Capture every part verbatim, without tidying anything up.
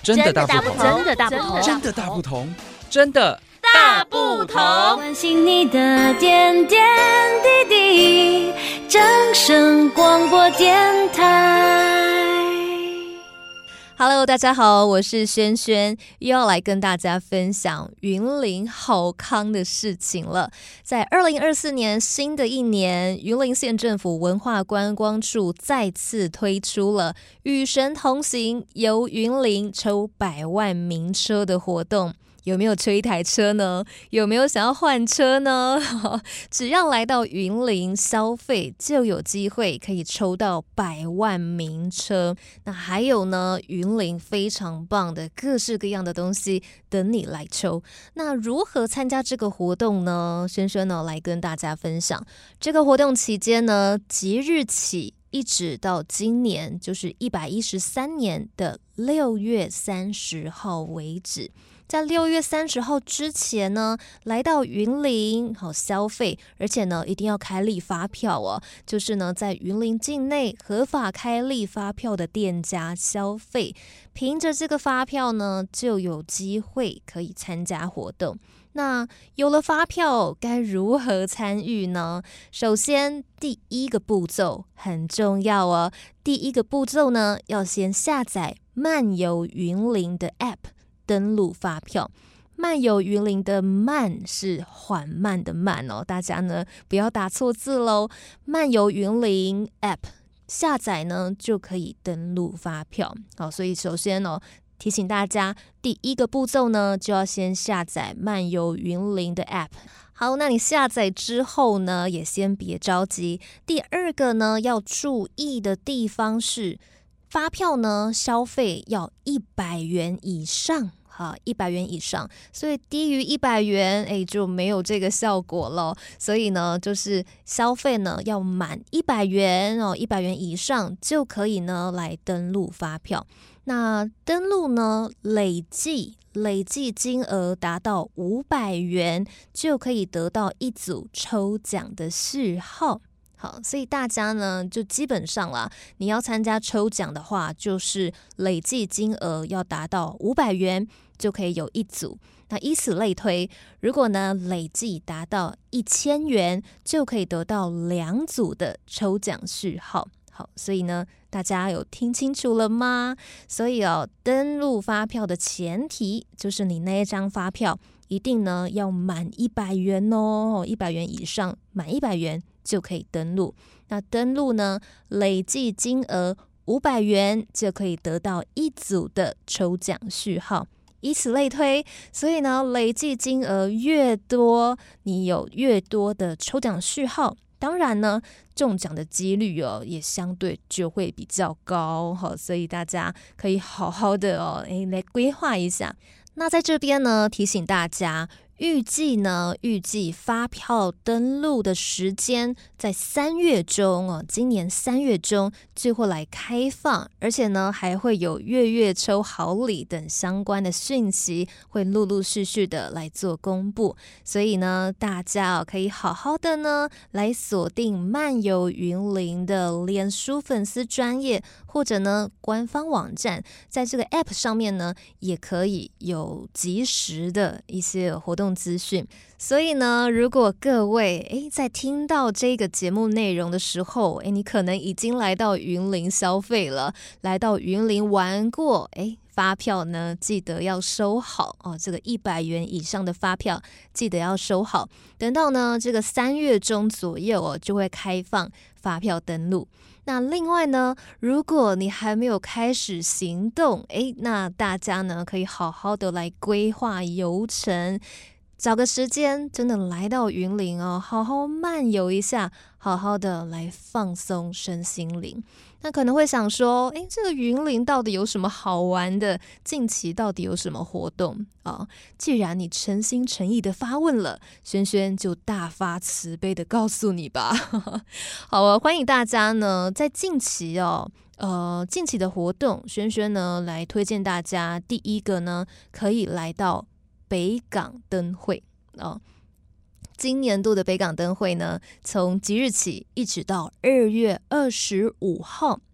真的大不同， 真的大不同， 真的大不同，真的大不同。 关心你的点点滴滴，掌声广播电台。 Hello， 大家好，我是萱萱，又要来跟大家分享云林好康的事情了。在二零二四年新的一年，云林县政府文化观光处再次推出了与神同行，游云林抽百万名车的活动。有没有车一台车呢？有没有想要换车呢？只要来到云林消费，就有机会可以抽到百万名车。那还有呢，云林非常棒的各式各样的东西等你来抽。那如何参加这个活动呢？萱萱呢来跟大家分享。这个活动期间呢，即日起一直到今年就是一百一十三年的六月三十号为止。在六月三十号之前呢，来到云林好消费，而且呢一定要开立发票哦，就是呢在云林境内合法开立发票的店家消费，凭着这个发票呢就有机会可以参加活动。那有了发票该如何参与呢？首先第一个步骤很重要哦，第一个步骤呢要先下载漫游云林的 App，登录发票。漫游云林的慢是缓慢的慢哦，大家呢不要打错字咯。漫游云林 App 下载呢就可以登录发票。好，所以首先哦提醒大家，第一个步骤呢就要先下载漫游云林的 App。好，那你下载之后呢也先别着急。第二个呢要注意的地方是，发票呢消费要一百元以上，好，一百元以上，所以低于一百元，哎，就没有这个效果了。所以呢，就是消费呢要满一百元哦，一百元以上就可以呢来登录发票。那登录呢，累计累计金额达到五百元，就可以得到一组抽奖的序号。好，所以大家呢就基本上啦，你要参加抽奖的话，就是累计金额要达到五百元，就可以有一组。那以此类推，如果呢累计达到一千元，就可以得到两组的抽奖序号。好，所以呢大家有听清楚了吗？所以哦，登录发票的前提就是你那一张发票一定呢要满一百元哦，一百元以上，满一百元就可以登录。那登录呢，累计金额五百元就可以得到一组的抽奖序号，以此类推。所以呢，累计金额越多，你有越多的抽奖序号，当然呢，中奖的几率哦也相对就会比较高。好，所以大家可以好好的哦，诶来规划一下。那在这边呢，提醒大家，预计呢，预计发票登录的时间在三月中哦，今年三月中就会来开放，而且呢，还会有月月抽好礼等相关的讯息，会陆陆续续的来做公布。所以呢，大家、哦、可以好好的呢来锁定漫游云林的脸书粉丝专页，或者呢官方网站，在这个 App 上面呢，也可以有及时的一些活动资讯。所以呢，如果各位诶在听到这个节目内容的时候，诶你可能已经来到云林消费了，来到云林玩过，诶发票呢记得要收好哦，这个一百元以上的发票记得要收好。等到呢这个三月中左右哦，就会开放发票登录。那另外呢，如果你还没有开始行动，诶那大家呢可以好好的来规划游程，找个时间真的来到云林哦，好好漫游一下，好好的来放松身心灵。那可能会想说，诶这个云林到底有什么好玩的？近期到底有什么活动啊？既然你诚心诚意的发问了，萱萱就大发慈悲的告诉你吧。好啊，欢迎大家呢在近期哦呃，近期的活动，萱萱呢来推荐大家，第一个呢可以来到北港灯会哦。今年度的北港灯会呢，从即日起一直到二月二十五号，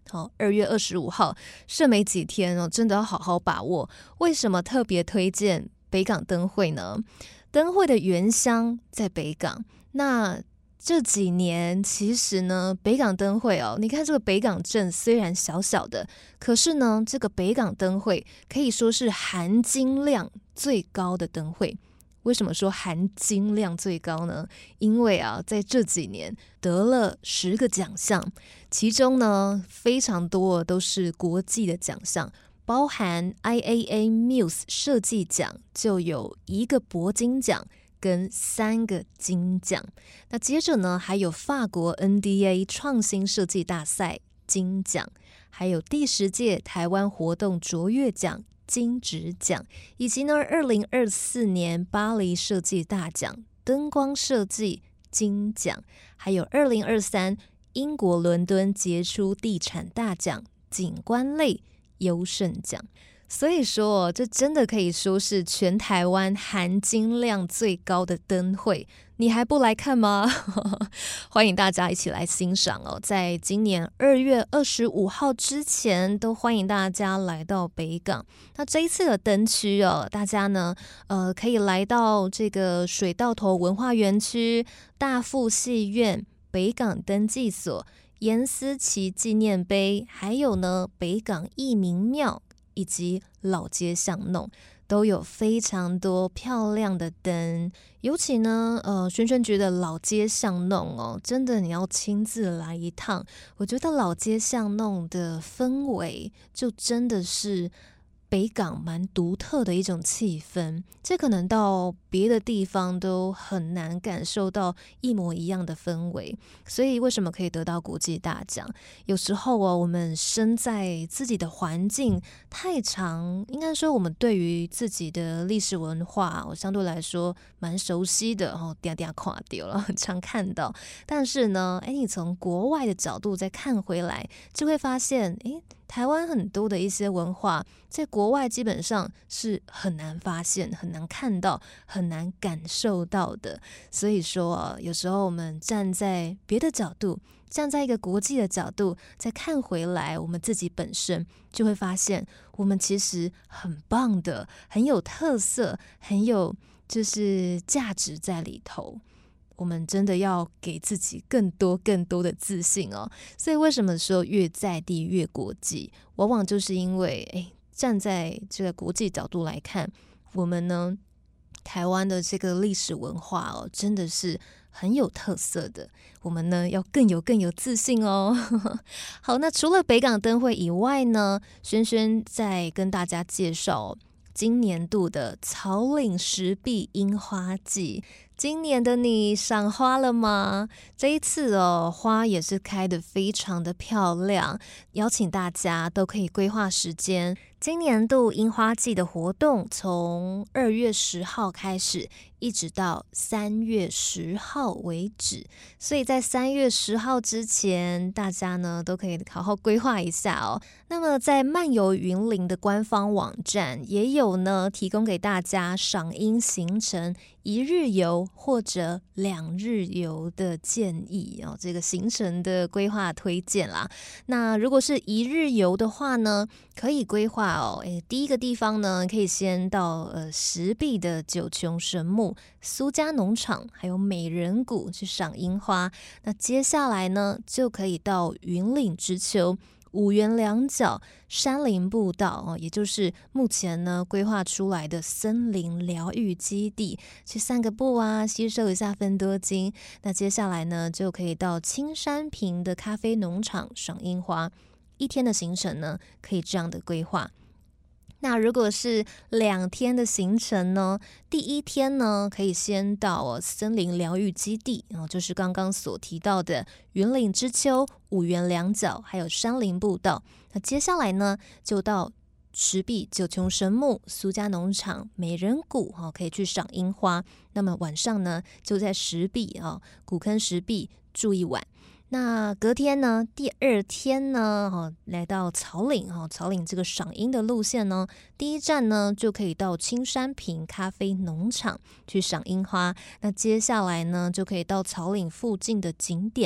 好，二月二十五号剩没几天哦，真的要好好把握。为什么特别推荐北港灯会呢？灯会的原乡在北港，那这几年其实呢，北港灯会哦，你看这个北港镇虽然小小的，可是呢，这个北港灯会可以说是含金量最高的灯会。为什么说含金量最高呢？因为啊，在这几年得了十个奖项，其中呢非常多都是国际的奖项，包含 I A A Muse 设计奖就有一个铂金奖跟三个金奖。那接着呢，还有法国 N D A 创新设计大赛金奖，还有第十届台湾活动卓越奖金质奖，以及呢二零二四年巴黎设计大奖灯光设计金奖，还有二零二三英国伦敦杰出地产大奖景观类优胜奖。所以说这真的可以说是全台湾含金量最高的灯会，你还不来看吗？欢迎大家一起来欣赏哦！在今年二月二十五号之前，都欢迎大家来到北港。那这一次的灯区哦，大家呢，呃，可以来到这个水稻头文化园区、大富戏院、北港登记所、严思琪纪念碑，还有呢北港义民庙，以及老街巷弄，都有非常多漂亮的灯。尤其呢呃，轩轩觉得老街巷弄哦，真的你要亲自来一趟，我觉得老街巷弄的氛围就真的是北港蛮独特的一种气氛，这可能到别的地方都很难感受到一模一样的氛围。所以为什么可以得到国际大奖？有时候哦，我们身在自己的环境太长，应该说我们对于自己的历史文化，我相对来说蛮熟悉的哦，点点垮掉了，很常看到。但是呢，哎，你从国外的角度再看回来，就会发现，哎，台湾很多的一些文化，在国外基本上是很难发现、很难看到、很难感受到的。所以说啊，有时候我们站在别的角度，站在一个国际的角度，再看回来我们自己本身，就会发现我们其实很棒的，很有特色，很有就是价值在里头。我们真的要给自己更多更多的自信哦。所以为什么说越在地越国际，往往就是因为诶站在这个国际角度来看，我们呢台湾的这个历史文化哦，真的是很有特色的。我们呢要更有更有自信哦。好，那除了北港灯会以外呢，轩轩再跟大家介绍今年度的草岭石壁樱花季。今年的你赏花了吗？这一次哦，花也是开得非常的漂亮，邀请大家都可以规划时间。今年度樱花季的活动从二月十号开始，一直到三月十号为止，所以在三月十号之前，大家呢都可以好好规划一下哦。那么在漫游云林的官方网站也有呢，提供给大家赏樱行程一日游或者两日游的建议哦，这个行程的规划推荐啦。那如果是一日游的话呢，可以规划哦，诶，第一个地方呢，可以先到呃石壁的九琼神木、苏家农场，还有美人谷去赏樱花。那接下来呢，就可以到云岭之丘、五原两角、山林步道哦，也就是目前呢规划出来的森林疗愈基地，去散个步啊，吸收一下芬多精。那接下来呢，就可以到青山坪的咖啡农场赏樱花。一天的行程呢，可以这样的规划。那如果是两天的行程呢，第一天呢可以先到、哦、森林疗愈基地、哦、就是刚刚所提到的云岭之丘、五原两角还有山林步道。那接下来呢就到石壁、九琼神木、苏家农场、美人谷、哦、可以去赏樱花。那么晚上呢就在石壁、哦、古坑石壁住一晚。那隔天呢，第二天呢，哦，来到草岭哦，草岭这个赏樱的路线呢，第一站呢就可以到青山坪咖啡农场去赏樱花。那接下来呢，就可以到草岭附近的景点，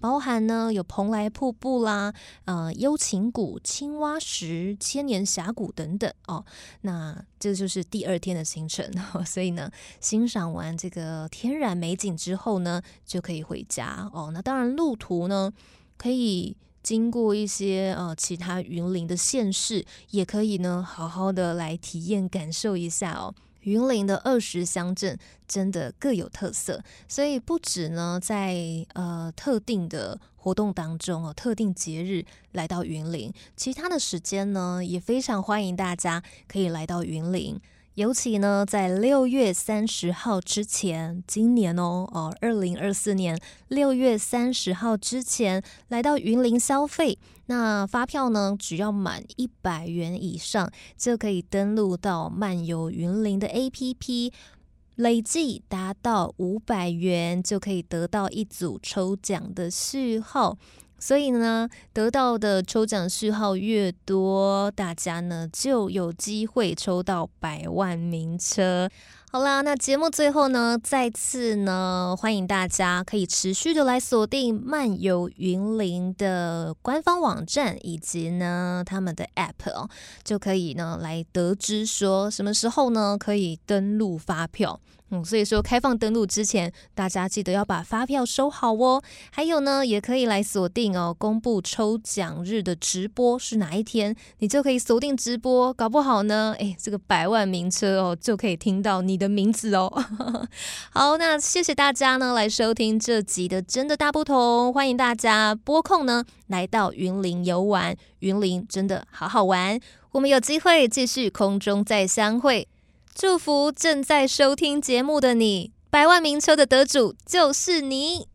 包含呢有蓬莱瀑布啦、呃幽情谷、青蛙石、千年峡谷等等哦。那这就是第二天的行程，所以呢，欣赏完这个天然美景之后呢，就可以回家哦。那当然，路途呢可以经过一些呃其他云林的县市，也可以呢好好的来体验感受一下哦。云林的二十乡镇真的各有特色，所以不止呢在呃特定的活动当中哦，特定节日来到云林，其他的时间呢也非常欢迎大家可以来到云林。尤其呢，在六月三十号之前，今年哦哦，二零二四年六月三十号之前来到云林消费，那发票呢，只要满一百元以上，就可以登录到漫游云林的 A P P， 累计达到五百元，就可以得到一组抽奖的序号。所以呢，得到的抽奖序号越多，大家呢就有机会抽到百万名车。好啦，那节目最后呢，再次呢欢迎大家可以持续的来锁定漫游云林的官方网站以及呢他们的 App 哦，就可以呢来得知说什么时候呢可以登录发票。嗯，所以说开放登录之前，大家记得要把发票收好哦。还有呢，也可以来锁定哦，公布抽奖日的直播是哪一天，你就可以锁定直播，搞不好呢，哎，这个百万名车哦，就可以听到你的名字哦。好，那谢谢大家呢来收听这集的真的大不同，欢迎大家拨空呢来到云林游玩，云林真的好好玩，我们有机会继续空中再相会。祝福正在收听节目的你，百万名车的得主就是你。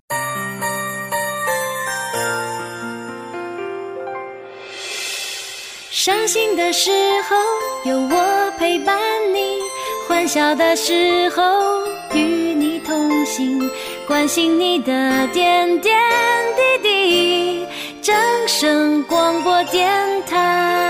伤心的时候有我陪伴你，欢笑的时候与你同行，关心你的点点滴滴。正声广播电台。